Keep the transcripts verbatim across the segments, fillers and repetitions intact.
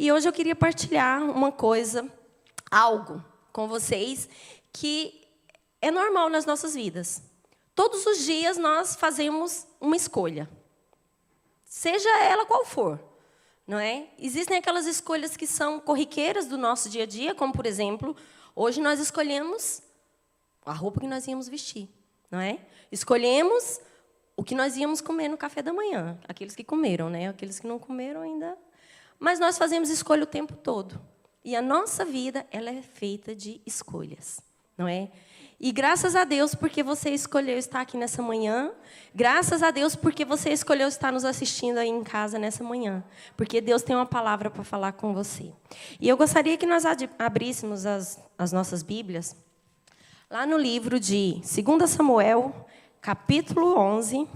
E hoje eu queria partilhar uma coisa, algo com vocês que é normal nas nossas vidas. Todos os dias nós fazemos uma escolha, seja ela qual for, não é? Existem aquelas escolhas que são corriqueiras do nosso dia a dia, como, por exemplo, hoje nós escolhemos a roupa que nós íamos vestir, não é? Escolhemos o que nós íamos comer no café da manhã. Aqueles que comeram, né? Aqueles que não comeram ainda. Mas nós fazemos escolha o tempo todo. E a nossa vida, ela é feita de escolhas, não é? E graças a Deus porque você escolheu estar aqui nessa manhã. Graças a Deus porque você escolheu estar nos assistindo aí em casa nessa manhã. Porque Deus tem uma palavra para falar com você. E eu gostaria que nós abríssemos as, as nossas Bíblias lá no livro de Segunda Samuel, capítulo onze.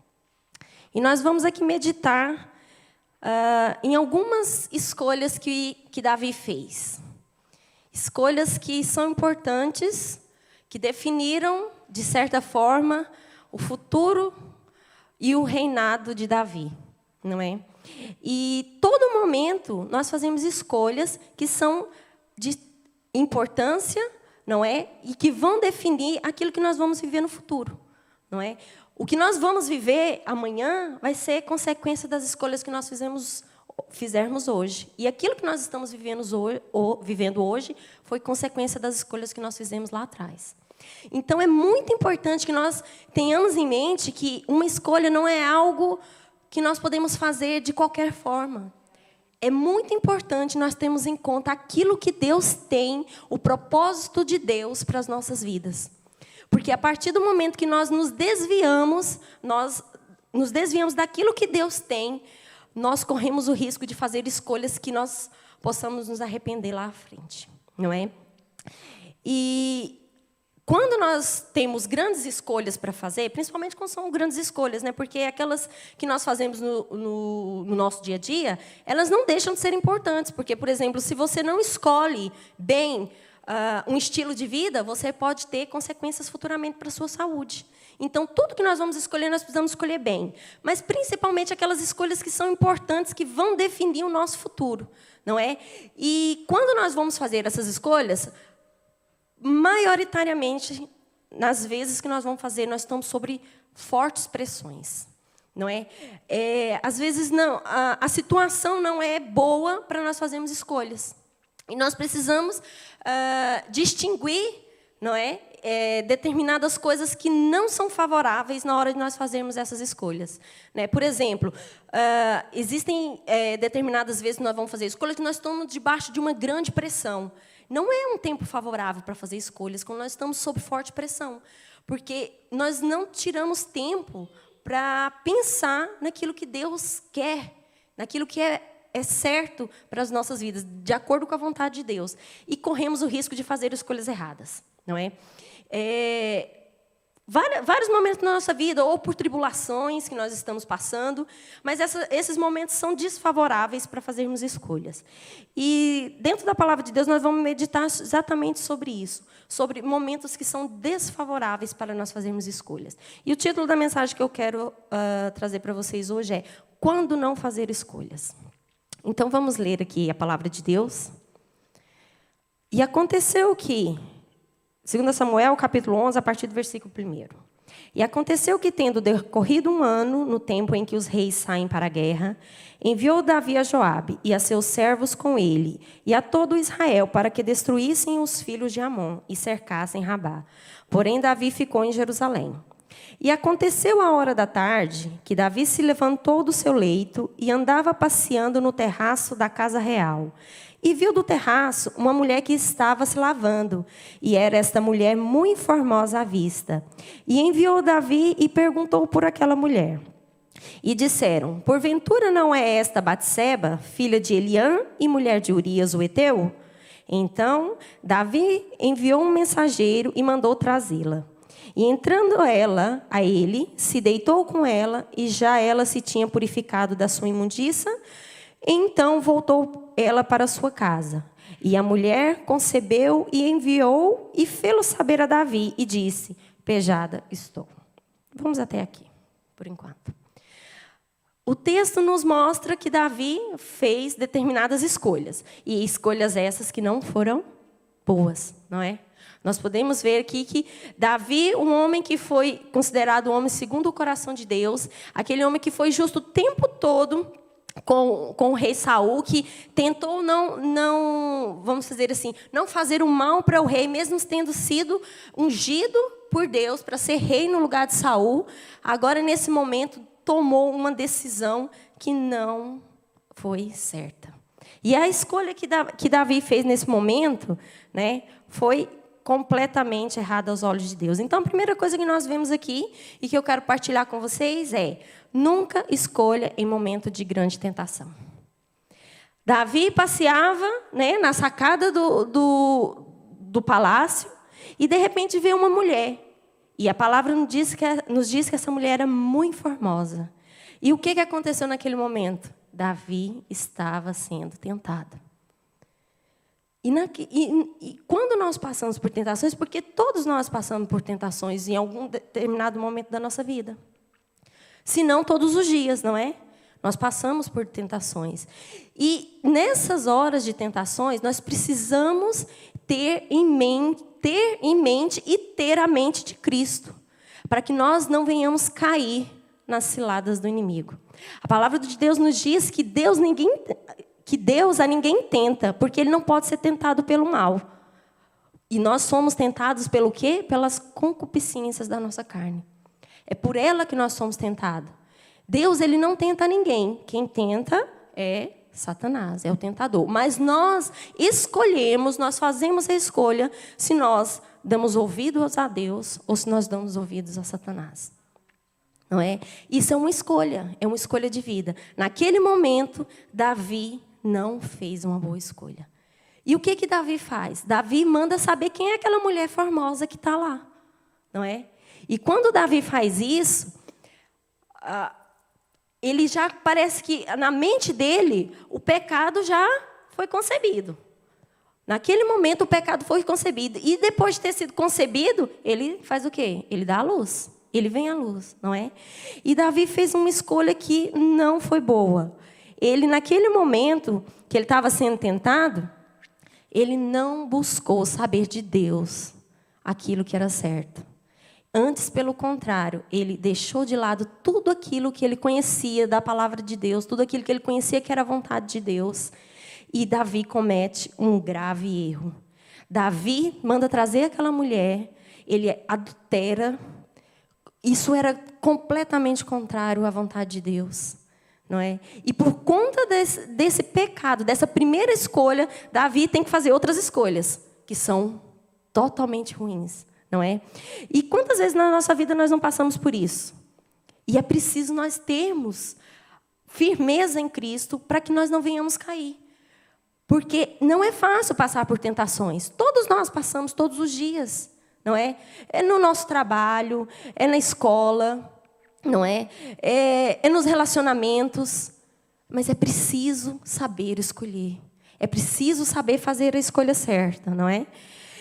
E nós vamos aqui meditar uh, em algumas escolhas que, que Davi fez. Escolhas que são importantes, que definiram, de certa forma, o futuro e o reinado de Davi, não é? E, todo momento, nós fazemos escolhas que são de importância, não é? E que vão definir aquilo que nós vamos viver no futuro, não é? O que nós vamos viver amanhã vai ser consequência das escolhas que nós fizemos, fizermos hoje. E aquilo que nós estamos vivendo hoje, ou, vivendo hoje foi consequência das escolhas que nós fizemos lá atrás. Então, é muito importante que nós tenhamos em mente que uma escolha não é algo que nós podemos fazer de qualquer forma. É muito importante nós termos em conta aquilo que Deus tem, o propósito de Deus para as nossas vidas. Porque a partir do momento que nós nos desviamos, nós nos desviamos daquilo que Deus tem, nós corremos o risco de fazer escolhas que nós possamos nos arrepender lá à frente, não é? E quando nós temos grandes escolhas para fazer, principalmente quando são grandes escolhas, né? Porque aquelas que nós fazemos no, no, no nosso dia a dia, elas não deixam de ser importantes. Porque, por exemplo, se você não escolhe bem uh, um estilo de vida, você pode ter consequências futuramente para a sua saúde. Então, tudo que nós vamos escolher, nós precisamos escolher bem. Mas, principalmente, aquelas escolhas que são importantes, que vão definir o nosso futuro, não é? E quando nós vamos fazer essas escolhas, maioritariamente, nas vezes que nós vamos fazer, nós estamos sobre fortes pressões, não é? É às vezes, não, a, a situação não é boa para nós fazermos escolhas. E nós precisamos uh, distinguir, não é? É, determinadas coisas que não são favoráveis na hora de nós fazermos essas escolhas, né? Por exemplo, uh, existem é, determinadas vezes que nós vamos fazer escolhas que nós estamos debaixo de uma grande pressão. Não é um tempo favorável para fazer escolhas quando nós estamos sob forte pressão, porque nós não tiramos tempo para pensar naquilo que Deus quer, naquilo que é, é certo para as nossas vidas, de acordo com a vontade de Deus, e corremos o risco de fazer escolhas erradas, não é? É, vários momentos na nossa vida, ou por tribulações que nós estamos passando, mas essa, esses momentos são desfavoráveis para fazermos escolhas. E, dentro da palavra de Deus, nós vamos meditar exatamente sobre isso, sobre momentos que são desfavoráveis para nós fazermos escolhas. E o título da mensagem que eu quero uh, trazer para vocês hoje é Quando não fazer escolhas. Então, vamos ler aqui a palavra de Deus. E aconteceu que... Segunda Samuel, capítulo onze, a partir do versículo primeiro. E aconteceu que, tendo decorrido um ano, no tempo em que os reis saem para a guerra, enviou Davi a Joabe e a seus servos com ele, e a todo Israel, para que destruíssem os filhos de Amon e cercassem Rabá. Porém, Davi ficou em Jerusalém. E aconteceu a hora da tarde, que Davi se levantou do seu leito e andava passeando no terraço da casa real. E viu do terraço uma mulher que estava se lavando, e era esta mulher muito formosa à vista. E enviou Davi e perguntou por aquela mulher. E disseram, porventura não é esta Batseba, filha de Eliã e mulher de Urias o Heteu? Então, Davi enviou um mensageiro e mandou trazê-la. E entrando ela a ele, se deitou com ela, e já ela se tinha purificado da sua imundícia. Então voltou ela para sua casa. E a mulher concebeu e enviou e fê-lo saber a Davi e disse, pejada estou. Vamos até aqui, por enquanto. o texto nos mostra que Davi fez determinadas escolhas. E escolhas essas que não foram boas, não é? Nós podemos ver aqui que Davi, um homem que foi considerado um homem segundo o coração de Deus, aquele homem que foi justo o tempo todo com, com o rei Saul, que tentou não, não, vamos dizer assim, não fazer o mal para o rei, mesmo tendo sido ungido por Deus para ser rei no lugar de Saul, agora nesse momento tomou uma decisão que não foi certa. E a escolha que, da, que Davi fez nesse momento, né, foi completamente errada aos olhos de Deus. Então, a primeira coisa que nós vemos aqui, e que eu quero partilhar com vocês, é: nunca escolha em momento de grande tentação. Davi passeava, né, na sacada do, do, do palácio, e de repente vê uma mulher. E a palavra nos diz que, nos diz que essa mulher era muito formosa. E o que, que aconteceu naquele momento? Davi estava sendo tentado. E, na, e, e quando nós passamos por tentações, porque todos nós passamos por tentações em algum determinado momento da nossa vida. Se não todos os dias, não é? Nós passamos por tentações. E nessas horas de tentações, nós precisamos ter em mente, ter em mente e ter a mente de Cristo, para que nós não venhamos cair nas ciladas do inimigo. A palavra de Deus nos diz que Deus, ninguém, que Deus a ninguém tenta, porque Ele não pode ser tentado pelo mal. E nós somos tentados pelo quê? Pelas concupiscências da nossa carne. É por ela que nós somos tentados. Deus, Ele não tenta ninguém. Quem tenta é Satanás, é o tentador. Mas nós escolhemos, nós fazemos a escolha se nós damos ouvidos a Deus ou se nós damos ouvidos a Satanás. Não é? Isso é uma escolha, é uma escolha de vida. Naquele momento, Davi não fez uma boa escolha. E o que que Davi faz? Davi manda saber quem é aquela mulher formosa que está lá. Não é? E quando Davi faz isso, ah, ele já parece que, na mente dele, o pecado já foi concebido. Naquele momento, o pecado foi concebido. E depois de ter sido concebido, ele faz o quê? Ele dá a luz. Ele vem à luz, não é? E Davi fez uma escolha que não foi boa. Ele, naquele momento que ele estava sendo tentado, ele não buscou saber de Deus aquilo que era certo. Antes, pelo contrário, ele deixou de lado tudo aquilo que ele conhecia da palavra de Deus, tudo aquilo que ele conhecia que era a vontade de Deus. E Davi comete um grave erro. Davi manda trazer aquela mulher, ele adultera. Isso era completamente contrário à vontade de Deus, não é? E por conta desse, desse pecado, dessa primeira escolha, Davi tem que fazer outras escolhas, que são totalmente ruins. Não é? E quantas vezes na nossa vida nós não passamos por isso? E é preciso nós termos firmeza em Cristo para que nós não venhamos cair. Porque não é fácil passar por tentações. Todos nós passamos todos os dias, não é? É no nosso trabalho, é na escola, não é? É, é nos relacionamentos. Mas é preciso saber escolher. É preciso saber fazer a escolha certa, não é?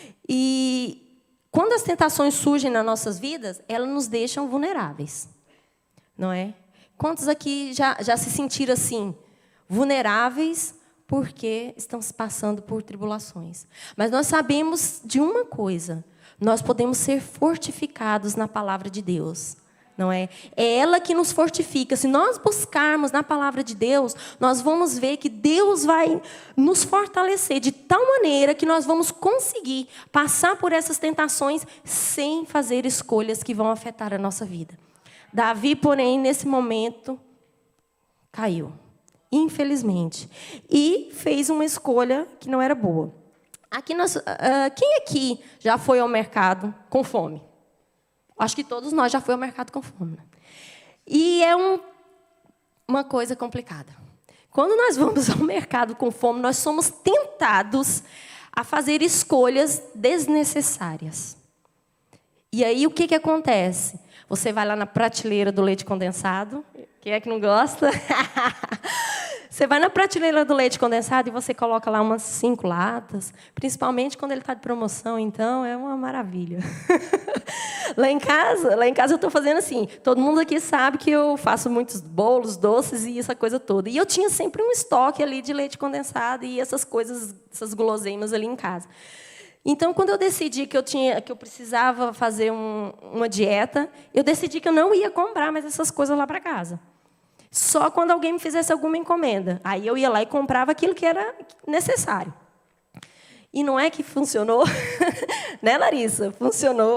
E quando as tentações surgem nas nossas vidas, elas nos deixam vulneráveis, não é? Quantos aqui já, já se sentiram assim, vulneráveis, porque estão passando por tribulações? Mas nós sabemos de uma coisa, nós podemos ser fortificados na palavra de Deus, não é? É ela que nos fortifica. Se nós buscarmos na palavra de Deus, nós vamos ver que Deus vai nos fortalecer de tal maneira que nós vamos conseguir passar por essas tentações sem fazer escolhas que vão afetar a nossa vida. Davi, porém, nesse momento, caiu, infelizmente, e fez uma escolha que não era boa. Aqui nós, uh, quem aqui já foi ao mercado com fome? Acho que todos nós já fomos ao mercado com fome. E é um, uma coisa complicada. Quando nós vamos ao mercado com fome, nós somos tentados a fazer escolhas desnecessárias. E aí, o que, que acontece? Você vai lá na prateleira do leite condensado. Quem é que não gosta? Você vai na prateleira do leite condensado e você coloca lá umas cinco latas, principalmente quando ele está de promoção, então é uma maravilha. Lá em casa, lá em casa eu estou fazendo assim, todo mundo aqui sabe que eu faço muitos bolos, doces e essa coisa toda. E eu tinha sempre um estoque ali de leite condensado e essas coisas, essas guloseimas ali em casa. Então, quando eu decidi que eu, tinha, que eu precisava fazer um, uma dieta, eu decidi que eu não ia comprar mais essas coisas lá para casa. Só quando alguém me fizesse alguma encomenda. Aí eu ia lá e comprava aquilo que era necessário. E não é que funcionou? Né, Larissa? Funcionou.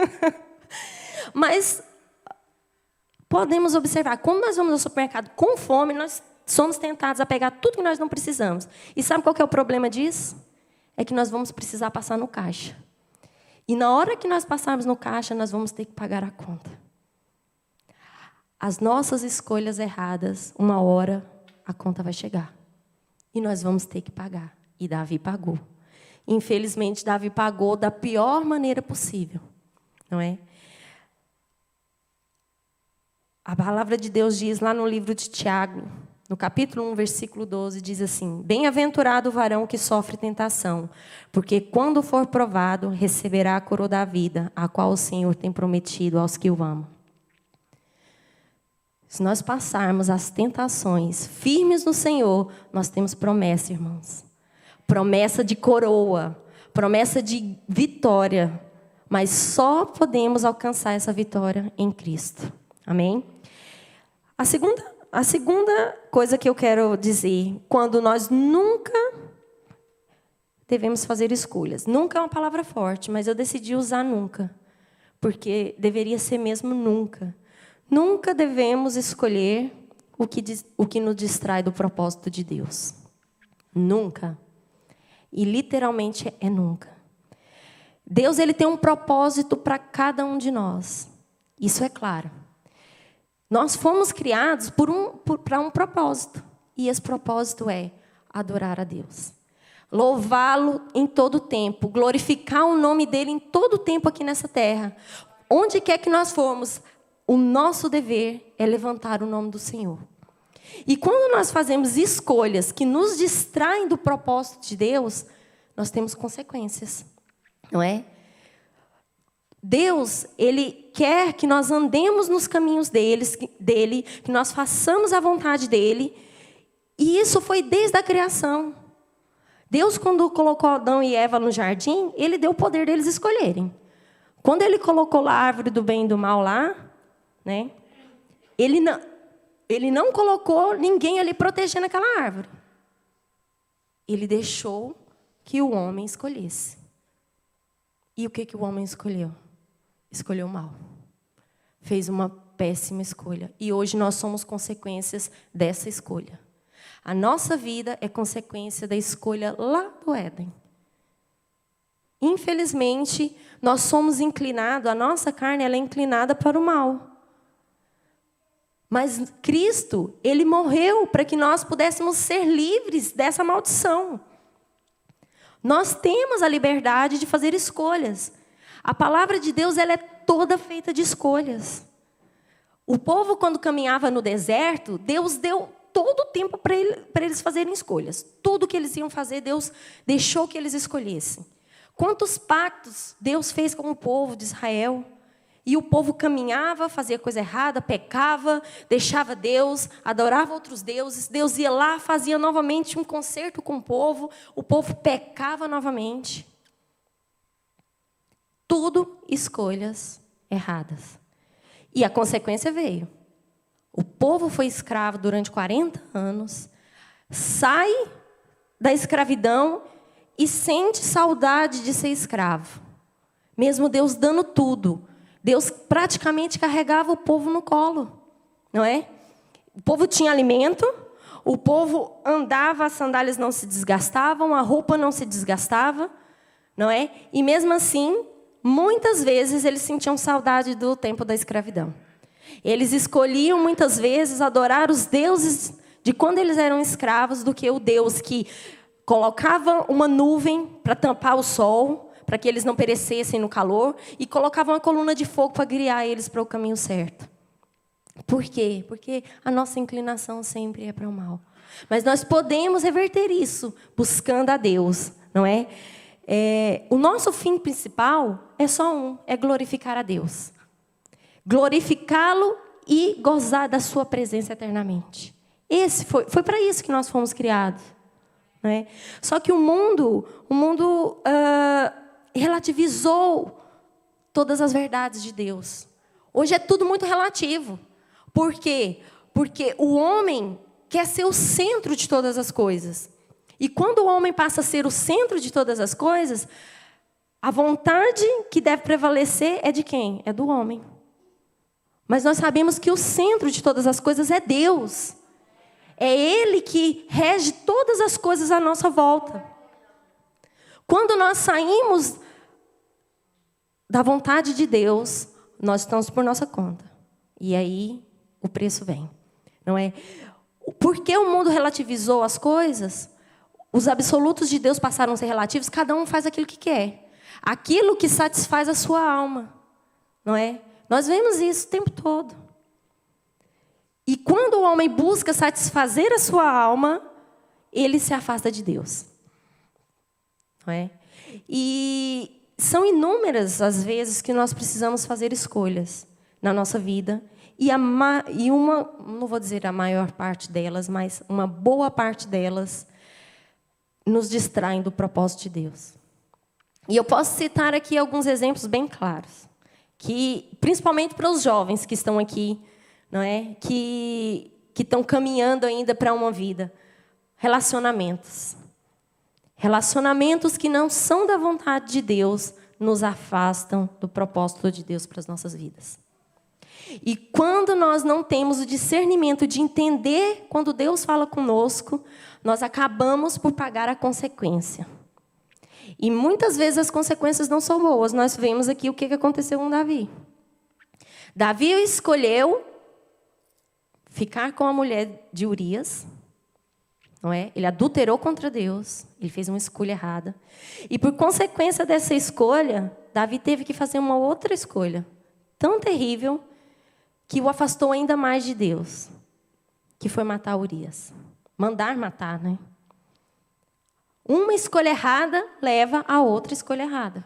Mas podemos observar, quando nós vamos ao supermercado com fome, nós somos tentados a pegar tudo que nós não precisamos. E sabe qual que é o problema disso? É que nós vamos precisar passar no caixa. E na hora que nós passarmos no caixa, nós vamos ter que pagar a conta. As nossas escolhas erradas, uma hora, a conta vai chegar. E nós vamos ter que pagar. E Davi pagou. Infelizmente, Davi pagou da pior maneira possível. Não é? A palavra de Deus diz lá no livro de Tiago, no capítulo um, versículo doze, diz assim: bem-aventurado o varão que sofre tentação, porque quando for provado, receberá a coroa da vida, a qual o Senhor tem prometido aos que o amam. Se nós passarmos as tentações firmes no Senhor, nós temos promessa, irmãos. Promessa de coroa, promessa de vitória. Mas só podemos alcançar essa vitória em Cristo. Amém? A segunda... A segunda coisa que eu quero dizer, quando nós nunca devemos fazer escolhas. Nunca é uma palavra forte, mas eu decidi usar nunca, porque deveria ser mesmo nunca. Nunca devemos escolher o que, o que nos distrai do propósito de Deus. Nunca. E literalmente é nunca. Deus ele tem um propósito para cada um de nós. Isso é claro. Nós fomos criados por um, por, para um propósito. E esse propósito é adorar a Deus. Louvá-lo em todo o tempo. Glorificar o nome dele em todo o tempo aqui nessa terra. Onde quer que nós formos, o nosso dever é levantar o nome do Senhor. E quando nós fazemos escolhas que nos distraem do propósito de Deus, nós temos consequências. Não é? Deus, ele quer que nós andemos nos caminhos deles, dele, que nós façamos a vontade dele. E isso foi desde a criação. Deus, quando colocou Adão e Eva no jardim, ele deu o poder deles escolherem. Quando ele colocou lá a árvore do bem e do mal lá, né, ele, não, ele não colocou ninguém ali protegendo aquela árvore. Ele deixou que o homem escolhesse. E o que, que o homem escolheu? Escolheu o mal. Fez uma péssima escolha. E hoje nós somos consequências dessa escolha. A nossa vida é consequência da escolha lá do Éden. Infelizmente, nós somos inclinados, a nossa carne ela é inclinada para o mal. Mas Cristo, ele morreu para que nós pudéssemos ser livres dessa maldição. Nós temos a liberdade de fazer escolhas. A palavra de Deus ela é toda feita de escolhas. O povo, quando caminhava no deserto, Deus deu todo o tempo para ele, para eles fazerem escolhas. Tudo que eles iam fazer, Deus deixou que eles escolhessem. Quantos pactos Deus fez com o povo de Israel? E o povo caminhava, fazia coisa errada, pecava, deixava Deus, adorava outros deuses. Deus ia lá, fazia novamente um concerto com o povo. O povo pecava novamente. Tudo escolhas erradas. E a consequência veio. O povo foi escravo durante quarenta anos, sai da escravidão e sente saudade de ser escravo. Mesmo Deus dando tudo. Deus praticamente carregava o povo no colo, não é? O povo tinha alimento, o povo andava, as sandálias não se desgastavam, a roupa não se desgastava, não é? E mesmo assim, muitas vezes eles sentiam saudade do tempo da escravidão. Eles escolhiam muitas vezes adorar os deuses de quando eles eram escravos do que o Deus que colocava uma nuvem para tampar o sol, para que eles não perecessem no calor, e colocava uma coluna de fogo para guiar eles para o caminho certo. Por quê? Porque a nossa inclinação sempre é para o mal. Mas nós podemos reverter isso buscando a Deus, não é? É, o nosso fim principal é só um, é glorificar a Deus. Glorificá-lo e gozar da sua presença eternamente. Esse foi, foi para isso que nós fomos criados. Não é? Só que o mundo, o mundo uh, relativizou todas as verdades de Deus. Hoje é tudo muito relativo. Por quê? Porque o homem quer ser o centro de todas as coisas. E quando o homem passa a ser o centro de todas as coisas, a vontade que deve prevalecer é de quem? É do homem. Mas nós sabemos que o centro de todas as coisas é Deus. É Ele que rege todas as coisas à nossa volta. Quando nós saímos da vontade de Deus, nós estamos por nossa conta. E aí o preço vem. Não é? Porque o mundo relativizou as coisas, os absolutos de Deus passaram a ser relativos, cada um faz aquilo que quer. Aquilo que satisfaz a sua alma. Não é? Nós vemos isso o tempo todo. E quando o homem busca satisfazer a sua alma, ele se afasta de Deus. Não é? E são inúmeras as vezes que nós precisamos fazer escolhas na nossa vida. E, a ma... e uma, não vou dizer a maior parte delas, mas uma boa parte delas nos distraem do propósito de Deus. E eu posso citar aqui alguns exemplos bem claros, que principalmente para os jovens que estão aqui, não é? Que que estão caminhando ainda para uma vida. Relacionamentos. Relacionamentos que não são da vontade de Deus nos afastam do propósito de Deus para as nossas vidas. E quando nós não temos o discernimento de entender quando Deus fala conosco, nós acabamos por pagar a consequência. E muitas vezes as consequências não são boas. Nós vemos aqui o que aconteceu com Davi. Davi escolheu ficar com a mulher de Urias, não é? Ele adulterou contra Deus, ele fez uma escolha errada. E por consequência dessa escolha, Davi teve que fazer uma outra escolha, tão terrível, que o afastou ainda mais de Deus, que foi matar Urias. Mandar matar, né? Uma escolha errada leva a outra escolha errada.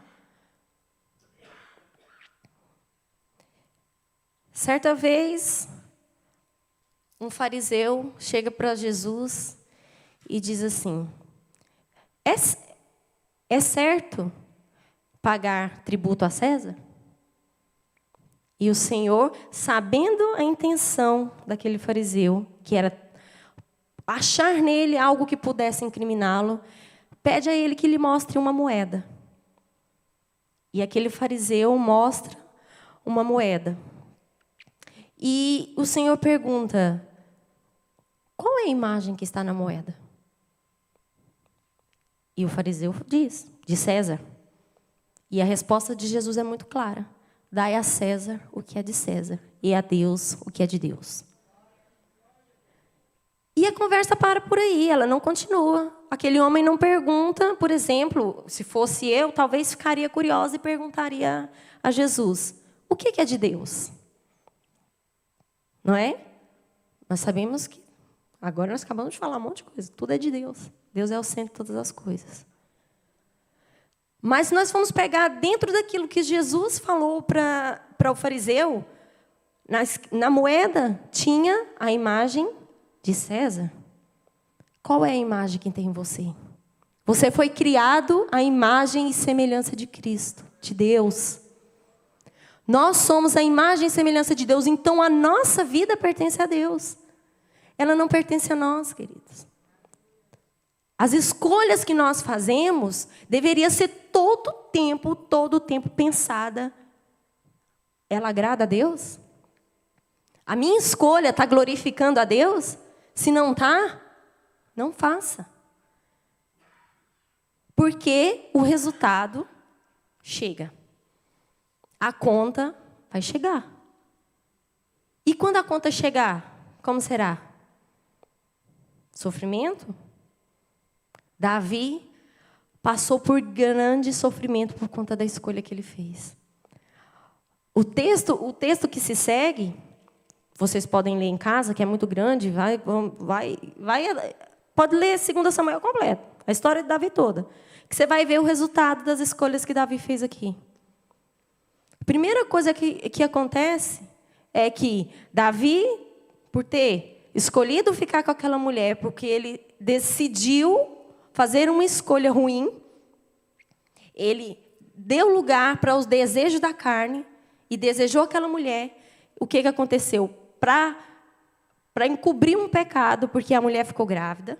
Certa vez, um fariseu chega para Jesus e diz assim: é, é certo pagar tributo a César? E o Senhor, sabendo a intenção daquele fariseu, que era achar nele algo que pudesse incriminá-lo, pede a ele que lhe mostre uma moeda. E aquele fariseu mostra uma moeda. E o Senhor pergunta: qual é a imagem que está na moeda? E o fariseu diz: de César. E a resposta de Jesus é muito clara: dai a César o que é de César, e a Deus o que é de Deus. E a conversa para por aí, ela não continua. Aquele homem não pergunta, por exemplo, se fosse eu, talvez ficaria curiosa e perguntaria a Jesus: o que é de Deus? Não é? Nós sabemos que, agora nós acabamos de falar um monte de coisa, tudo é de Deus. Deus é o centro de todas as coisas. Mas nós vamos pegar dentro daquilo que Jesus falou para para o fariseu, na, na moeda tinha a imagem de César. Qual é a imagem que tem em você? Você foi criado à imagem e semelhança de Cristo, de Deus. Nós somos a imagem e semelhança de Deus, então a nossa vida pertence a Deus. Ela não pertence a nós, queridos. As escolhas que nós fazemos deveria ser todo o tempo, todo o tempo pensada. Ela agrada a Deus? A minha escolha está glorificando a Deus? Se não está, não faça. Porque o resultado chega. A conta vai chegar. E quando a conta chegar, como será? Sofrimento? Davi passou por grande sofrimento por conta da escolha que ele fez. O texto, o texto que se segue vocês podem ler em casa, que é muito grande, vai, vai, vai, pode ler dois Samuel completo, a história de Davi toda, que você vai ver o resultado das escolhas que Davi fez aqui. A primeira coisa que, que acontece é que Davi, por ter escolhido ficar com aquela mulher, porque ele decidiu fazer uma escolha ruim, ele deu lugar para os desejos da carne e desejou aquela mulher. O que, que aconteceu? Para para encobrir um pecado, porque a mulher ficou grávida,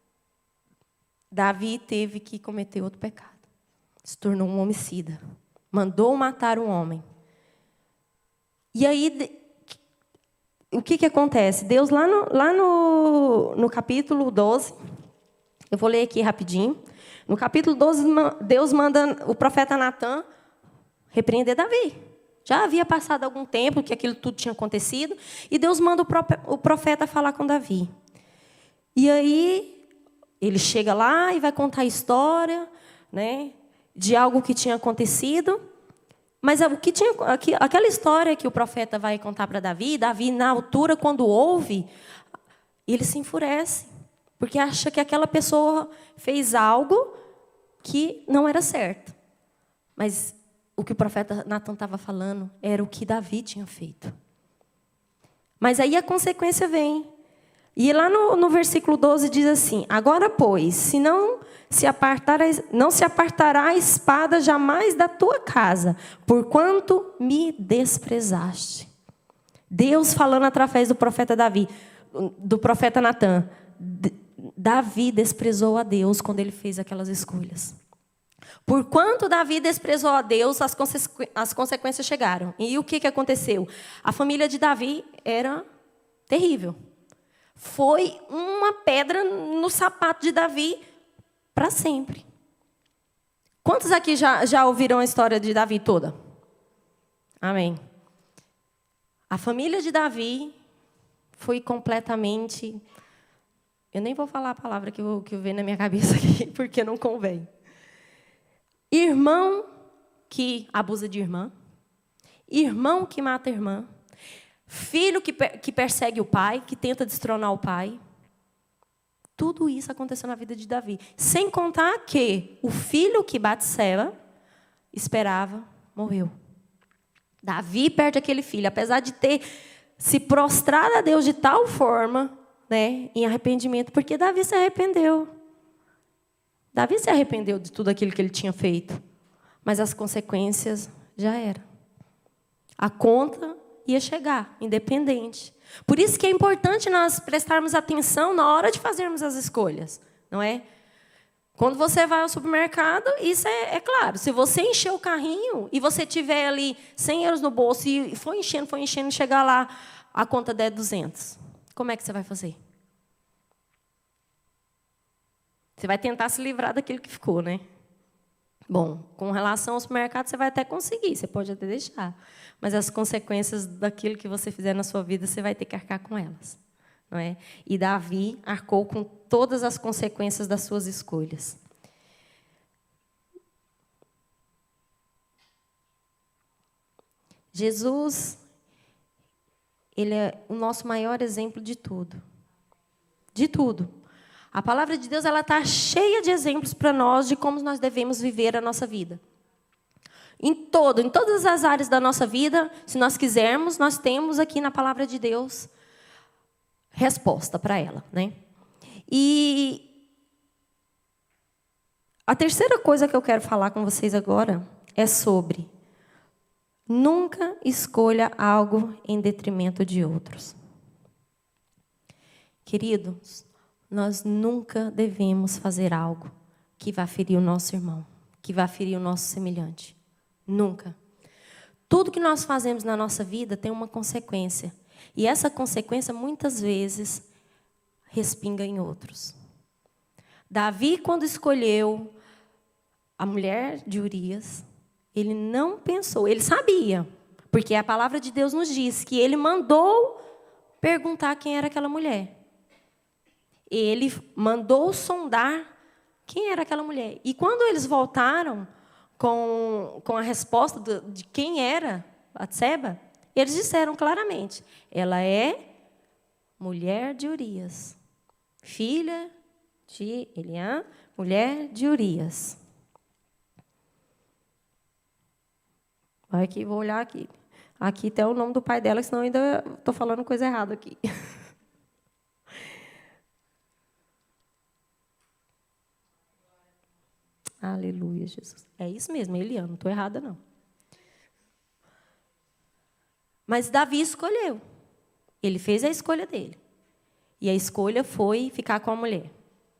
Davi teve que cometer outro pecado. Se tornou um homicida. Mandou matar um homem. E aí, o que, que acontece? Deus, lá no, lá no, no capítulo doze, eu vou ler aqui rapidinho. No capítulo doze, Deus manda o profeta Natã repreender Davi. Já havia passado algum tempo que aquilo tudo tinha acontecido, e Deus manda o profeta falar com Davi. E aí, ele chega lá e vai contar a história, né, de algo que tinha acontecido. Mas o que tinha, aquela história que o profeta vai contar para Davi, Davi, na altura, quando ouve, ele se enfurece, porque acha que aquela pessoa fez algo que não era certo. Mas o que o profeta Natã estava falando era o que Davi tinha feito. Mas aí a consequência vem. E lá no, no versículo doze diz assim: agora, pois, se não se, apartar, não se apartará a espada jamais da tua casa, porquanto me desprezaste. Deus falando através do profeta Davi, do profeta Natã. Davi desprezou a Deus quando ele fez aquelas escolhas. Porquanto Davi desprezou a Deus, as, consequ... as consequências chegaram. E o que, que aconteceu? A família de Davi era terrível. Foi uma pedra no sapato de Davi para sempre. Quantos aqui já, já ouviram a história de Davi toda? Amém. A família de Davi foi completamente... Eu nem vou falar a palavra que eu, que eu vejo na minha cabeça aqui, porque não convém. Irmão que abusa de irmã. Irmão que mata a irmã. Filho que, que persegue o pai, que tenta destronar o pai. Tudo isso aconteceu na vida de Davi. Sem contar que o filho que Batseba esperava, morreu. Davi perde aquele filho, apesar de ter se prostrado a Deus de tal forma, né, em arrependimento, porque Davi se arrependeu. Davi se arrependeu de tudo aquilo que ele tinha feito. Mas as consequências já eram. A conta ia chegar, independente. Por isso que é importante nós prestarmos atenção na hora de fazermos as escolhas, não é? Quando você vai ao supermercado, isso é, é claro. Se você encher o carrinho e você tiver ali cem euros no bolso e for enchendo, for enchendo, chegar lá, a conta der duzentos. Como é que você vai fazer? Você vai tentar se livrar daquilo que ficou, né? Bom, com relação ao supermercado, você vai até conseguir, você pode até deixar. Mas as consequências daquilo que você fizer na sua vida, você vai ter que arcar com elas, não é? E Davi arcou com todas as consequências das suas escolhas. Jesus, ele é o nosso maior exemplo de tudo. De tudo. A palavra de Deus ela está cheia de exemplos para nós de como nós devemos viver a nossa vida. Em todo, em todas as áreas da nossa vida, se nós quisermos, nós temos aqui na palavra de Deus resposta para ela, né? E a terceira coisa que eu quero falar com vocês agora é sobre nunca escolha algo em detrimento de outros. Queridos, nós nunca devemos fazer algo que vá ferir o nosso irmão, que vá ferir o nosso semelhante. Nunca. Tudo que nós fazemos na nossa vida tem uma consequência. E essa consequência, muitas vezes, respinga em outros. Davi, quando escolheu a mulher de Urias, ele não pensou, ele sabia, porque a palavra de Deus nos diz que ele mandou perguntar quem era aquela mulher. Ele mandou sondar quem era aquela mulher. E quando eles voltaram com, com a resposta de, de quem era Batseba, Eles disseram claramente, ela é mulher de Urias, filha de Eliã, mulher de Urias. Vai aqui, vou olhar aqui. Aqui tem o nome do pai dela, senão ainda estou falando coisa errada aqui. Aleluia, Jesus. É isso mesmo, Eliã, não estou errada, não. Mas Davi escolheu. Ele fez a escolha dele. E a escolha foi ficar com a mulher.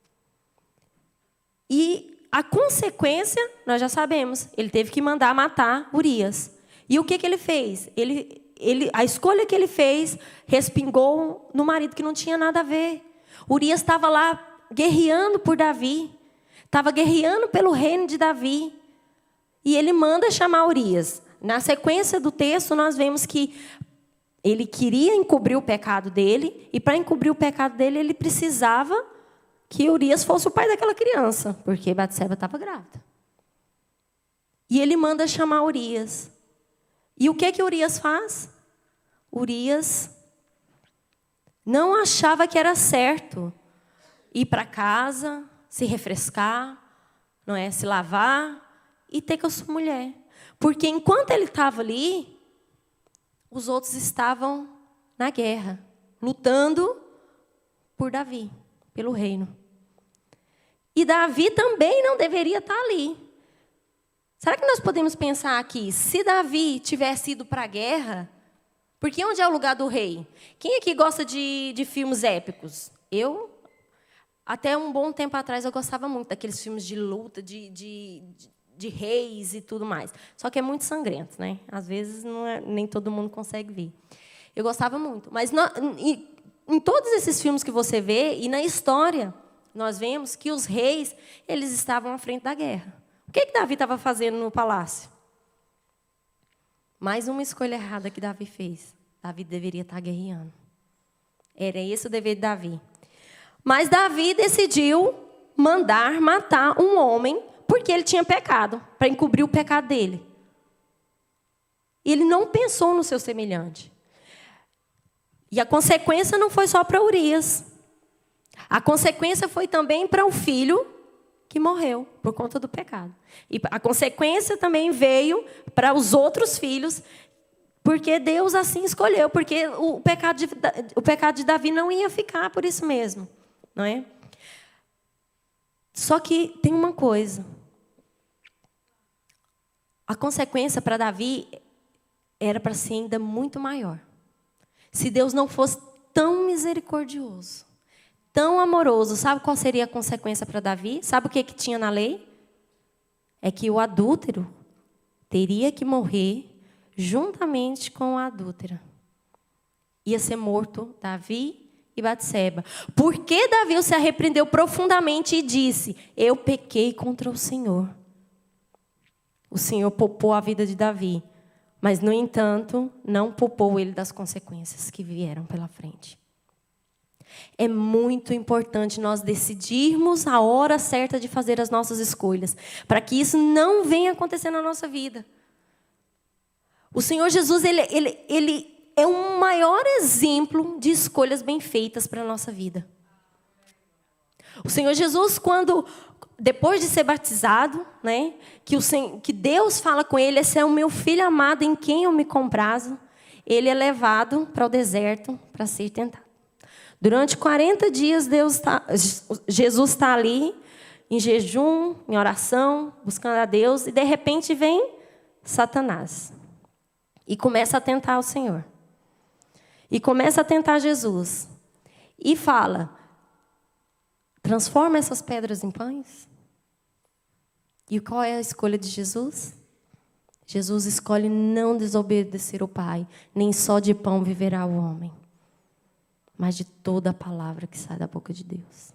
E a consequência, nós já sabemos, ele teve que mandar matar Urias. E o que, que ele fez? Ele, ele, a escolha que ele fez respingou no marido que não tinha nada a ver. Urias estava lá guerreando por Davi. Estava guerreando pelo reino de Davi. E ele manda chamar Urias. Na sequência do texto, nós vemos que ele queria encobrir o pecado dele. E para encobrir o pecado dele, ele precisava que Urias fosse o pai daquela criança. Porque Batseba estava grávida. E ele manda chamar Urias. E o que que Urias faz? Urias não achava que era certo ir para casa, se refrescar, não é, se lavar e ter com a sua mulher. Porque enquanto ele estava ali, os outros estavam na guerra, lutando por Davi, pelo reino. E Davi também não deveria estar ali. Será que nós podemos pensar aqui, se Davi tivesse ido para a guerra, porque onde é o lugar do rei? Quem aqui gosta de, de filmes épicos? Eu, até um bom tempo atrás, eu gostava muito daqueles filmes de luta, de, de, de, de reis e tudo mais. Só que é muito sangrento, né? Às vezes não é, nem todo mundo consegue ver. Eu gostava muito. Mas no, em, em todos esses filmes que você vê, e na história, nós vemos que os reis, eles estavam à frente da guerra. O que que Davi estava fazendo no palácio? Mais uma escolha errada que Davi fez. Davi deveria estar guerreando. Era esse o dever de Davi. Mas Davi decidiu mandar matar um homem porque ele tinha pecado, para encobrir o pecado dele. Ele não pensou no seu semelhante. E a consequência não foi só para Urias. A consequência foi também para o filho que morreu por conta do pecado. E a consequência também veio para os outros filhos, porque Deus assim escolheu, porque o pecado de, o pecado de Davi não ia ficar por isso mesmo, não é? Só que tem uma coisa. A consequência para Davi era para ser ainda muito maior. Se Deus não fosse tão misericordioso, tão amoroso, sabe qual seria a consequência para Davi? Sabe o que, que tinha na lei? É que o adúltero teria que morrer juntamente com a adúltera. Ia ser morto Davi e Batseba. Porque Davi se arrependeu profundamente e disse, eu pequei contra o Senhor. O Senhor poupou a vida de Davi, mas, no entanto, não poupou ele das consequências que vieram pela frente. É muito importante nós decidirmos a hora certa de fazer as nossas escolhas, para que isso não venha acontecer na nossa vida. O Senhor Jesus, ele, ele, ele é um maior exemplo de escolhas bem feitas para a nossa vida. O Senhor Jesus, quando, depois de ser batizado, né, que, o, que Deus fala com ele, esse é o meu filho amado em quem eu me comprazo, ele é levado para o deserto para ser tentado. Durante quarenta dias, Deus tá, Jesus está ali, em jejum, em oração, buscando a Deus, e de repente vem Satanás. E começa a tentar o Senhor. E começa a tentar Jesus. E fala, transforma essas pedras em pães. E qual é a escolha de Jesus? Jesus escolhe não desobedecer o Pai, nem só de pão viverá o homem, mas de toda a palavra que sai da boca de Deus.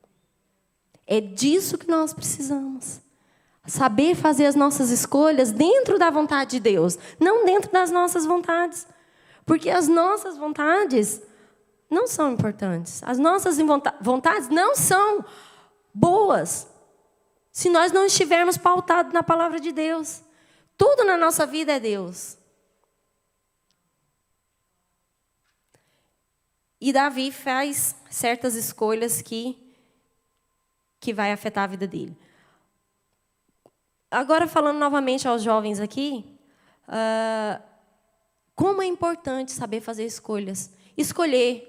É disso que nós precisamos. Saber fazer as nossas escolhas dentro da vontade de Deus, não dentro das nossas vontades. Porque as nossas vontades não são importantes. As nossas vontades não são boas se nós não estivermos pautados na palavra de Deus. Tudo na nossa vida é Deus. E Davi faz certas escolhas que, que vai afetar a vida dele. Agora, falando novamente aos jovens aqui, uh, como é importante saber fazer escolhas. Escolher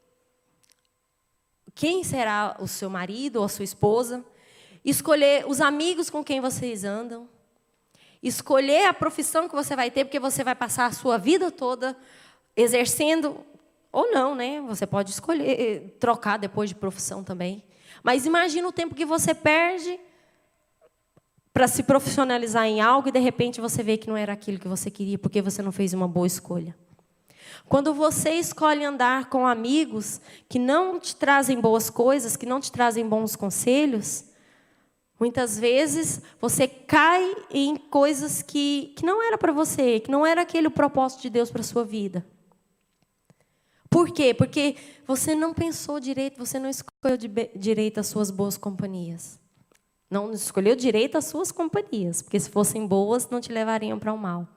quem será o seu marido ou a sua esposa. Escolher os amigos com quem vocês andam. Escolher a profissão que você vai ter, porque você vai passar a sua vida toda exercendo, ou não, né? Você pode escolher trocar depois de profissão também. Mas imagina o tempo que você perde para se profissionalizar em algo e, de repente, você vê que não era aquilo que você queria, porque você não fez uma boa escolha. Quando você escolhe andar com amigos que não te trazem boas coisas, que não te trazem bons conselhos, muitas vezes você cai em coisas que, que não era para você, que não era aquele o propósito de Deus para a sua vida. Por quê? Porque você não pensou direito, você não escolheu direito as suas boas companhias. Não escolheu direito as suas companhias, porque se fossem boas, não te levariam para o mal.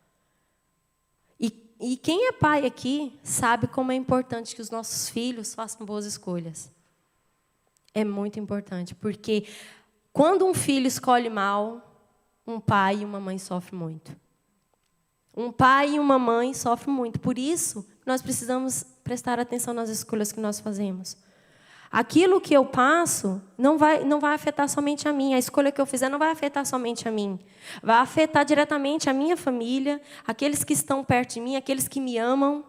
E, e quem é pai aqui sabe como é importante que os nossos filhos façam boas escolhas. É muito importante, porque quando um filho escolhe mal, um pai e uma mãe sofrem muito. Um pai e uma mãe sofrem muito. Por isso, nós precisamos prestar atenção nas escolhas que nós fazemos. Aquilo que eu passo não vai, não vai afetar somente a mim. A escolha que eu fizer não vai afetar somente a mim. Vai afetar diretamente a minha família, aqueles que estão perto de mim, aqueles que me amam.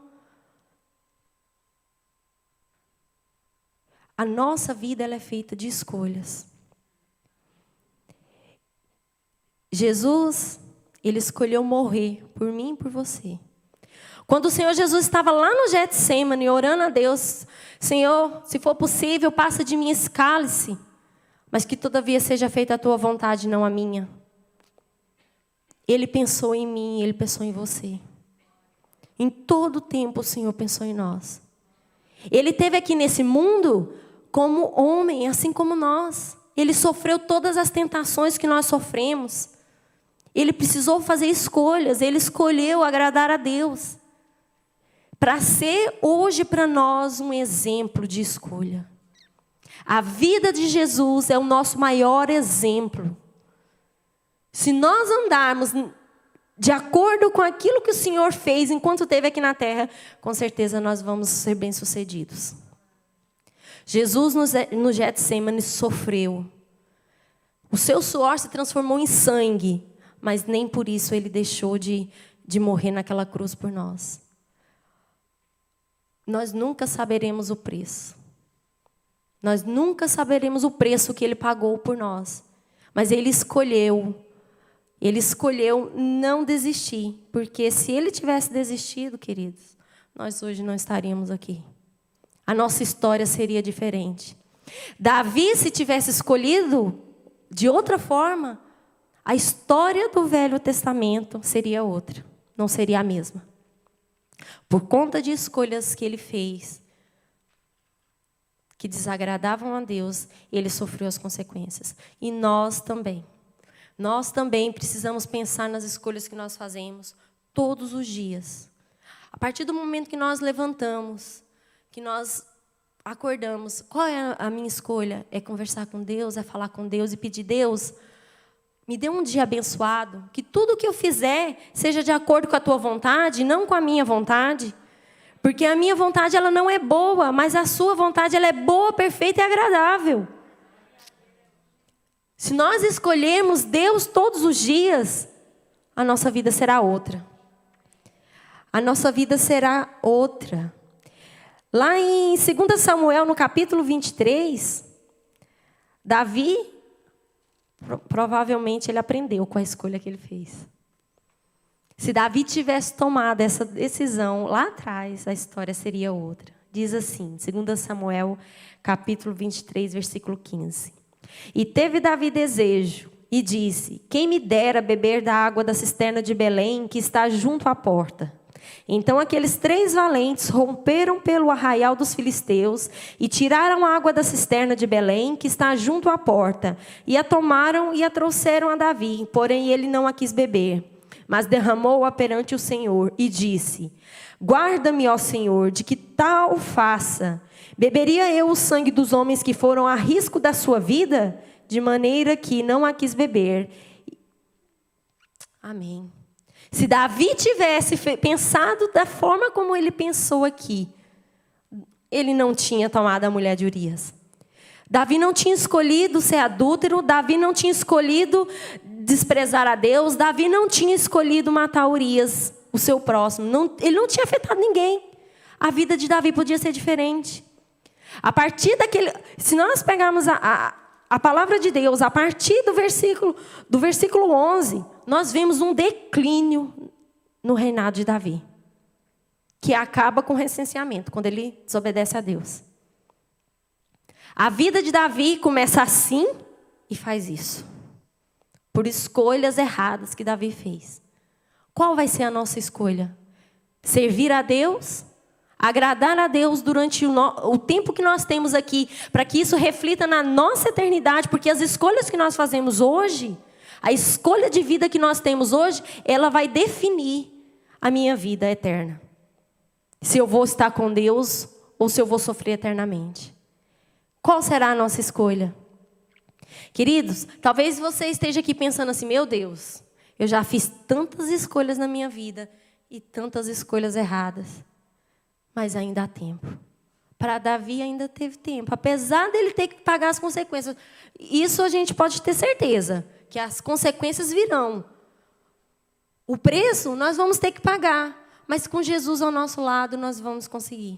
A nossa vida ela é feita de escolhas. Jesus, ele escolheu morrer por mim e por você. Quando o Senhor Jesus estava lá no Getsêmani, orando a Deus, Senhor, se for possível, passa de mim esse cálice, mas que todavia seja feita a tua vontade, não a minha. Ele pensou em mim, ele pensou em você. Em todo o tempo o Senhor pensou em nós. Ele esteve aqui nesse mundo como homem, assim como nós. Ele sofreu todas as tentações que nós sofremos. Ele precisou fazer escolhas, ele escolheu agradar a Deus. Para ser hoje para nós um exemplo de escolha. A vida de Jesus é o nosso maior exemplo. Se nós andarmos de acordo com aquilo que o Senhor fez enquanto esteve aqui na terra, com certeza nós vamos ser bem-sucedidos. Jesus no Getsêmani sofreu. O seu suor se transformou em sangue, mas nem por isso ele deixou de, de morrer naquela cruz por nós. Nós nunca saberemos o preço. Nós nunca saberemos o preço que ele pagou por nós. Mas ele escolheu. Ele escolheu não desistir. Porque se ele tivesse desistido, queridos, nós hoje não estaríamos aqui. A nossa história seria diferente. Davi, se tivesse escolhido de outra forma, a história do Velho Testamento seria outra. Não seria a mesma. Por conta de escolhas que ele fez, que desagradavam a Deus, ele sofreu as consequências. E nós também. Nós também precisamos pensar nas escolhas que nós fazemos todos os dias. A partir do momento que nós levantamos, que nós acordamos, qual é a minha escolha? É conversar com Deus, é falar com Deus e pedir: Deus, me dê um dia abençoado, que tudo que eu fizer seja de acordo com a tua vontade, não com a minha vontade. Porque a minha vontade ela não é boa, mas a sua vontade ela é boa, perfeita e agradável. Se nós escolhermos Deus todos os dias, a nossa vida será outra. A nossa vida será outra. Lá em dois Samuel, no capítulo vinte e três, Davi, provavelmente ele aprendeu com a escolha que ele fez. Se Davi tivesse tomado essa decisão lá atrás, a história seria outra. Diz assim, dois Samuel, capítulo vinte e três, versículo quinze. E teve Davi desejo, e disse: quem me dera beber da água da cisterna de Belém, que está junto à porta. Então aqueles três valentes romperam pelo arraial dos filisteus e tiraram a água da cisterna de Belém, que está junto à porta, e a tomaram e a trouxeram a Davi, porém ele não a quis beber. mas derramou-a perante o Senhor e disse: guarda-me, ó Senhor, de que tal faça. Beberia eu o sangue dos homens que foram a risco da sua vida? De maneira que não a quis beber. Amém. Se Davi tivesse pensado da forma como ele pensou aqui, ele não tinha tomado a mulher de Urias. Davi não tinha escolhido ser adúltero, Davi não tinha escolhido desprezar a Deus, Davi não tinha escolhido matar Urias, o seu próximo. Não, ele não tinha afetado ninguém. A vida de Davi podia ser diferente. A partir daquele, se nós pegarmos a, a, a palavra de Deus, a partir do versículo, do versículo onze, nós vemos um declínio no reinado de Davi, que acaba com o recenseamento, quando ele desobedece a Deus. A vida de Davi começa assim e faz isso, por escolhas erradas que Davi fez. Qual vai ser a nossa escolha? Servir a Deus? Agradar a Deus durante o, no, o tempo que nós temos aqui, para que isso reflita na nossa eternidade, porque as escolhas que nós fazemos hoje, a escolha de vida que nós temos hoje, ela vai definir a minha vida eterna. Se eu vou estar com Deus ou se eu vou sofrer eternamente. Qual será a nossa escolha? Queridos, talvez você esteja aqui pensando assim: meu Deus, eu já fiz tantas escolhas na minha vida e tantas escolhas erradas. Mas ainda há tempo. Para Davi ainda teve tempo. Apesar dele ter que pagar as consequências. Isso a gente pode ter certeza. Que as consequências virão. O preço nós vamos ter que pagar. Mas com Jesus ao nosso lado nós vamos conseguir.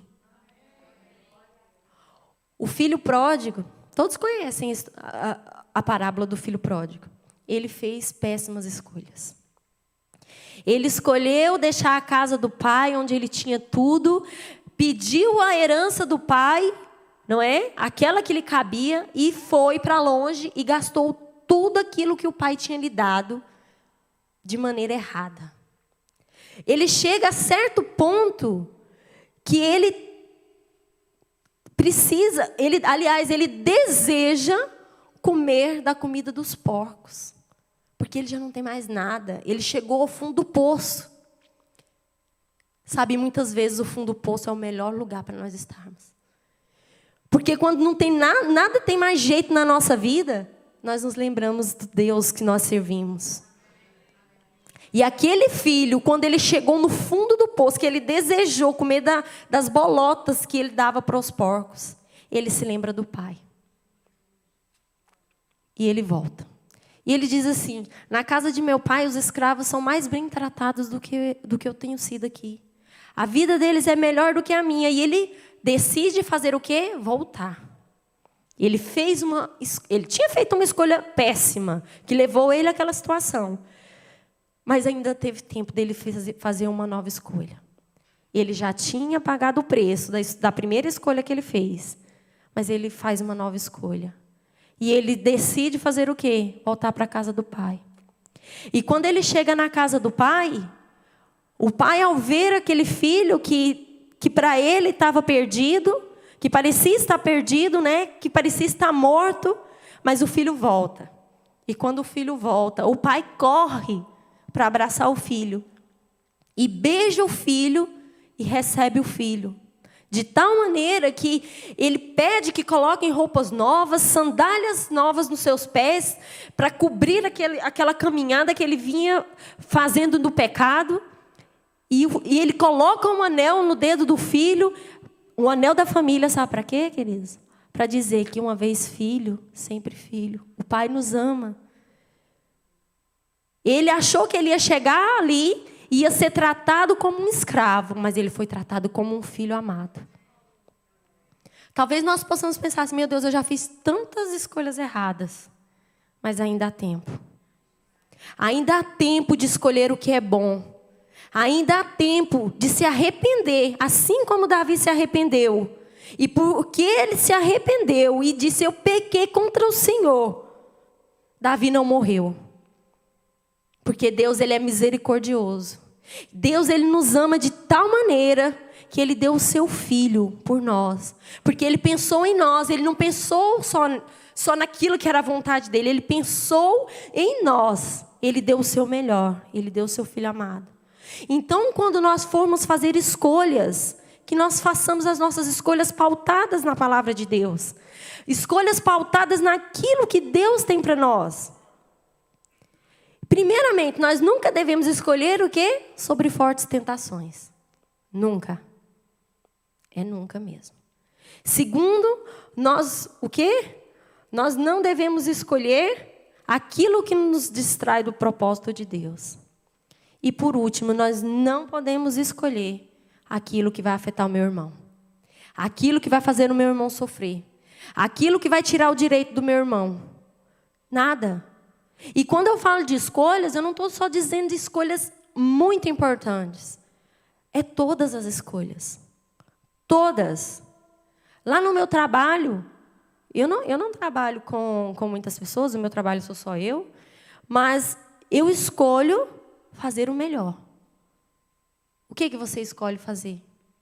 O filho pródigo. Todos conhecem a, a parábola do filho pródigo. Ele fez péssimas escolhas. Ele escolheu deixar a casa do pai, onde ele tinha tudo, pediu a herança do pai, não é? Aquela que lhe cabia, e foi para longe e gastou tudo aquilo que o pai tinha lhe dado de maneira errada. Ele chega a certo ponto que ele precisa, ele, aliás, ele deseja comer da comida dos porcos. Porque ele já não tem mais nada. Ele chegou ao fundo do poço. Sabe, muitas vezes o fundo do poço é o melhor lugar para nós estarmos. Porque quando não tem nada, nada tem mais jeito na nossa vida, nós nos lembramos do Deus que nós servimos. E aquele filho, quando ele chegou no fundo do poço, que ele desejou comer da, das bolotas que ele dava para os porcos, ele se lembra do pai. E ele volta. E ele diz assim: na casa de meu pai os escravos são mais bem tratados do que, do que eu tenho sido aqui. A vida deles é melhor do que a minha. E ele decide fazer o quê? Voltar. Ele, fez uma, ele tinha feito uma escolha péssima, que levou ele àquela situação. Mas ainda teve tempo dele fazer uma nova escolha. Ele já tinha pagado o preço da, da primeira escolha que ele fez. Mas ele faz uma nova escolha. E ele decide fazer o quê? Voltar para a casa do pai. E quando ele chega na casa do pai, o pai, ao ver aquele filho que, que para ele estava perdido, que parecia estar perdido, né? Que parecia estar morto, mas o filho volta. E quando o filho volta, o pai corre para abraçar o filho. E beija o filho e recebe o filho. De tal maneira que ele pede que coloquem roupas novas, sandálias novas nos seus pés, para cobrir aquele, aquela caminhada que ele vinha fazendo no pecado. E, e ele coloca um anel no dedo do filho, um anel da família, sabe para quê, queridos? Para dizer que uma vez filho, sempre filho. O pai nos ama. Ele achou que ele ia chegar ali, ia ser tratado como um escravo, mas ele foi tratado como um filho amado. Talvez nós possamos pensar assim: meu Deus, eu já fiz tantas escolhas erradas, mas ainda há tempo. Ainda há tempo de escolher o que é bom. Ainda há tempo de se arrepender, assim como Davi se arrependeu. E porque ele se arrependeu e disse: eu pequei contra o Senhor, Davi não morreu. Porque Deus, ele é misericordioso. Deus, Ele nos ama de tal maneira que Ele deu o seu Filho por nós. Porque Ele pensou em nós, Ele não pensou só, só naquilo que era a vontade dEle. Ele pensou em nós. Ele deu o seu melhor, Ele deu o seu Filho amado. Então, quando nós formos fazer escolhas, que nós façamos as nossas escolhas pautadas na palavra de Deus. Escolhas pautadas naquilo que Deus tem para nós. Primeiramente, nós nunca devemos escolher o quê? Sobre fortes tentações. Nunca. É nunca mesmo. Segundo, nós, o quê? Nós não devemos escolher aquilo que nos distrai do propósito de Deus. E por último, nós não podemos escolher aquilo que vai afetar o meu irmão. Aquilo que vai fazer o meu irmão sofrer. Aquilo que vai tirar o direito do meu irmão. Nada. E quando eu falo de escolhas, eu não estou só dizendo de escolhas muito importantes. É todas as escolhas. Todas. Lá no meu trabalho, eu não, eu não trabalho com, com muitas pessoas, o meu trabalho sou só eu, mas eu escolho fazer o melhor. O que, que você escolhe fazer?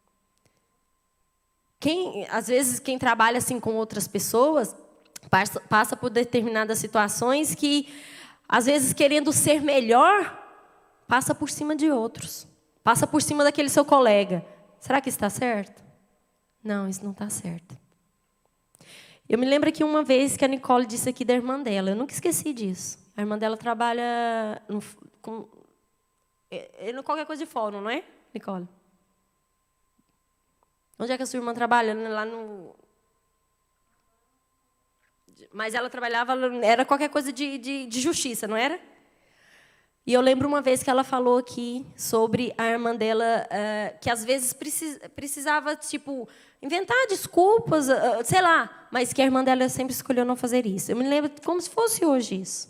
Quem, às vezes, quem trabalha assim com outras pessoas, passa, passa por determinadas situações que, às vezes, querendo ser melhor, passa por cima de outros. Passa por cima daquele seu colega. Será que isso está certo? Não, isso não está certo. Eu me lembro que uma vez que a Nicole disse aqui da irmã dela, eu nunca esqueci disso. A irmã dela trabalha no, com é, é, qualquer coisa de fórum, não é, Nicole? Onde é que a sua irmã trabalha? Lá no... Mas ela trabalhava, era qualquer coisa de, de, de justiça, não era? E eu lembro uma vez que ela falou aqui sobre a irmã dela, uh, que às vezes precis, precisava, tipo, inventar desculpas, uh, sei lá, mas que a irmã dela sempre escolheu não fazer isso. Eu me lembro como se fosse hoje isso.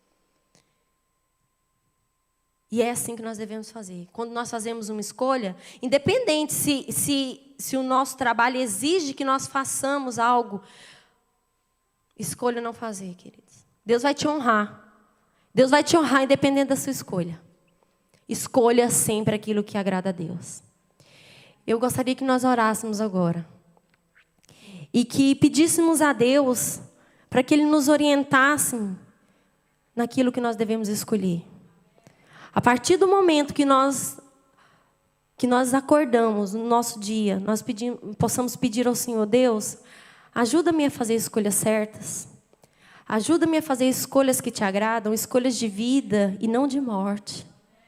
E é assim que nós devemos fazer. Quando nós fazemos uma escolha, independente se, se, se o nosso trabalho exige que nós façamos algo, escolha não fazer, queridos. Deus vai te honrar. Deus vai te honrar independente da sua escolha. Escolha sempre aquilo que agrada a Deus. Eu gostaria que nós orássemos agora. E que pedíssemos a Deus para que Ele nos orientasse naquilo que nós devemos escolher. A partir do momento que nós, que nós acordamos no nosso dia, nós pedimos, possamos pedir ao Senhor, Deus, ajuda-me a fazer escolhas certas. Ajuda-me a fazer escolhas que te agradam, escolhas de vida e não de morte.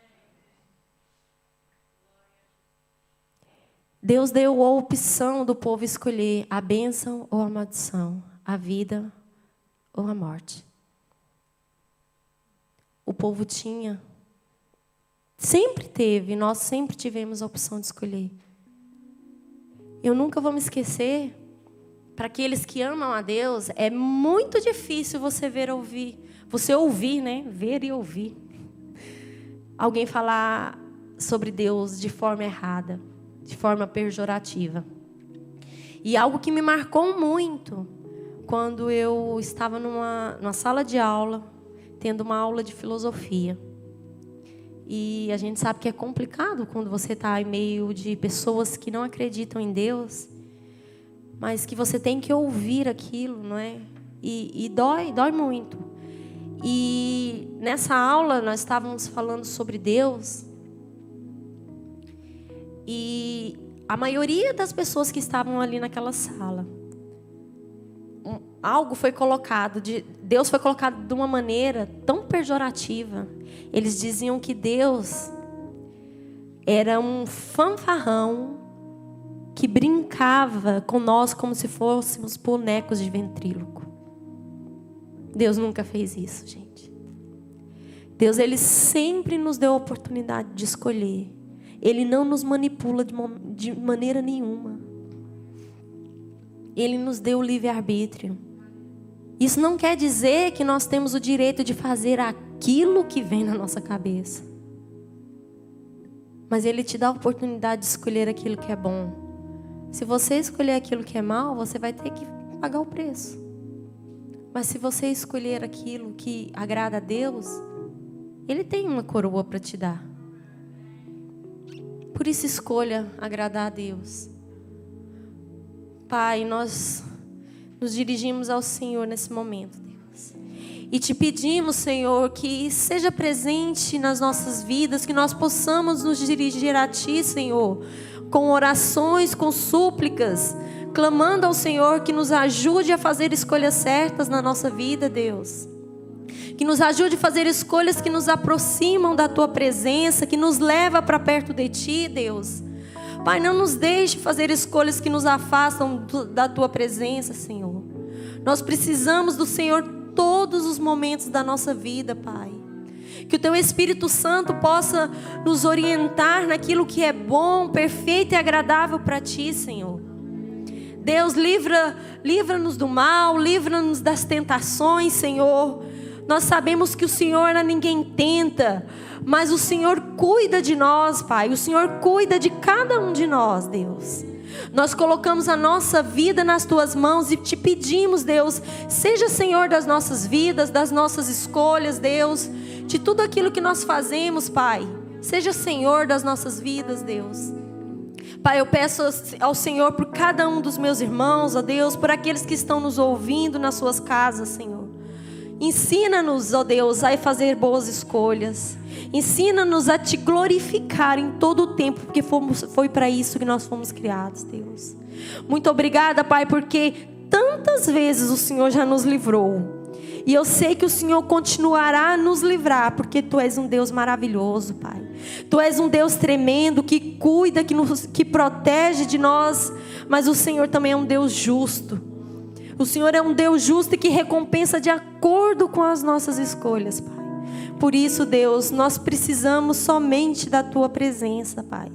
Deus deu a opção do povo escolher a bênção ou a maldição, a vida ou a morte. O povo tinha, sempre teve, nós sempre tivemos a opção de escolher. Eu nunca vou me esquecer. Para aqueles que amam a Deus, é muito difícil você ver ouvir, você ouvir, né? Ver e ouvir. Alguém falar sobre Deus de forma errada, de forma pejorativa. E algo que me marcou muito, quando eu estava numa, numa sala de aula, tendo uma aula de filosofia. E a gente sabe que é complicado quando você está em meio de pessoas que não acreditam em Deus, mas que você tem que ouvir aquilo, não é? E, e dói, dói muito. E nessa aula nós estávamos falando sobre Deus. E a maioria das pessoas que estavam ali naquela sala, um, algo foi colocado, de, Deus foi colocado de uma maneira tão pejorativa. Eles diziam que Deus era um fanfarrão que brincava com nós como se fôssemos bonecos de ventríloco. Deus nunca fez isso, gente. Deus, Ele sempre nos deu a oportunidade de escolher. Ele não nos manipula de, de maneira nenhuma. Ele nos deu o livre-arbítrio. Isso não quer dizer que nós temos o direito de fazer aquilo que vem na nossa cabeça. Mas Ele te dá a oportunidade de escolher aquilo que é bom. Se você escolher aquilo que é mal, você vai ter que pagar o preço. Mas se você escolher aquilo que agrada a Deus, Ele tem uma coroa para te dar. Por isso escolha agradar a Deus. Pai, nós nos dirigimos ao Senhor nesse momento, Deus. E te pedimos, Senhor, que seja presente nas nossas vidas, que nós possamos nos dirigir a Ti, Senhor, com orações, com súplicas, clamando ao Senhor que nos ajude a fazer escolhas certas na nossa vida, Deus. Que nos ajude a fazer escolhas que nos aproximam da Tua presença, que nos leva para perto de Ti, Deus. Pai, não nos deixe fazer escolhas que nos afastam do, da Tua presença, Senhor. Nós precisamos do Senhor todos os momentos da nossa vida, Pai. Que o Teu Espírito Santo possa nos orientar naquilo que é bom, perfeito e agradável para Ti, Senhor. Deus, livra, livra-nos do mal, livra-nos das tentações, Senhor. Nós sabemos que o Senhor a ninguém tenta, mas o Senhor cuida de nós, Pai. O Senhor cuida de cada um de nós, Deus. Nós colocamos a nossa vida nas Tuas mãos e te pedimos, Deus, seja Senhor das nossas vidas, das nossas escolhas, Deus, de tudo aquilo que nós fazemos, Pai. Seja Senhor das nossas vidas, Deus. Pai, eu peço ao Senhor por cada um dos meus irmãos, ó Deus, por aqueles que estão nos ouvindo nas suas casas, Senhor. Ensina-nos, ó Deus, a fazer boas escolhas. Ensina-nos a Te glorificar em todo o tempo, porque fomos, foi para isso que nós fomos criados, Deus. Muito obrigada, Pai, porque tantas vezes o Senhor já nos livrou. E eu sei que o Senhor continuará a nos livrar, porque Tu és um Deus maravilhoso, Pai. Tu és um Deus tremendo, que cuida, que, nos, que protege de nós. Mas o Senhor também é um Deus justo. O Senhor é um Deus justo e que recompensa de acordo com as nossas escolhas, Pai. Por isso, Deus, nós precisamos somente da Tua presença, Pai.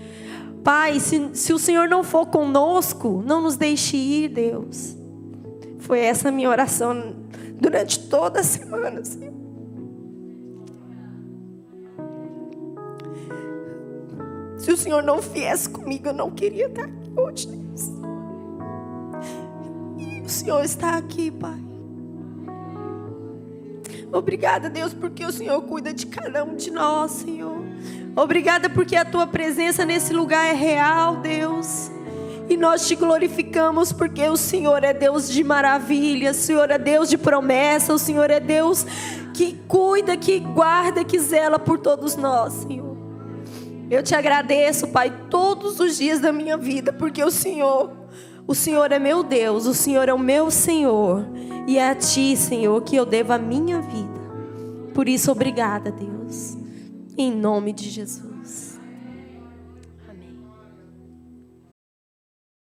Pai, se, se o Senhor não for conosco, não nos deixe ir, Deus. Foi essa a minha oração durante toda a semana, Senhor. Se o Senhor não viesse comigo, eu não queria estar aqui hoje, Deus. O Senhor está aqui, Pai. Obrigada, Deus, porque o Senhor cuida de cada um de nós, Senhor. Obrigada porque a Tua presença nesse lugar é real, Deus. E nós Te glorificamos porque o Senhor é Deus de maravilha, o Senhor é Deus de promessa, o Senhor é Deus que cuida, que guarda, que zela por todos nós, Senhor. Eu Te agradeço, Pai, todos os dias da minha vida, porque o Senhor... O Senhor é meu Deus, o Senhor é o meu Senhor. E é a Ti, Senhor, que eu devo a minha vida. Por isso, obrigada, Deus. Em nome de Jesus.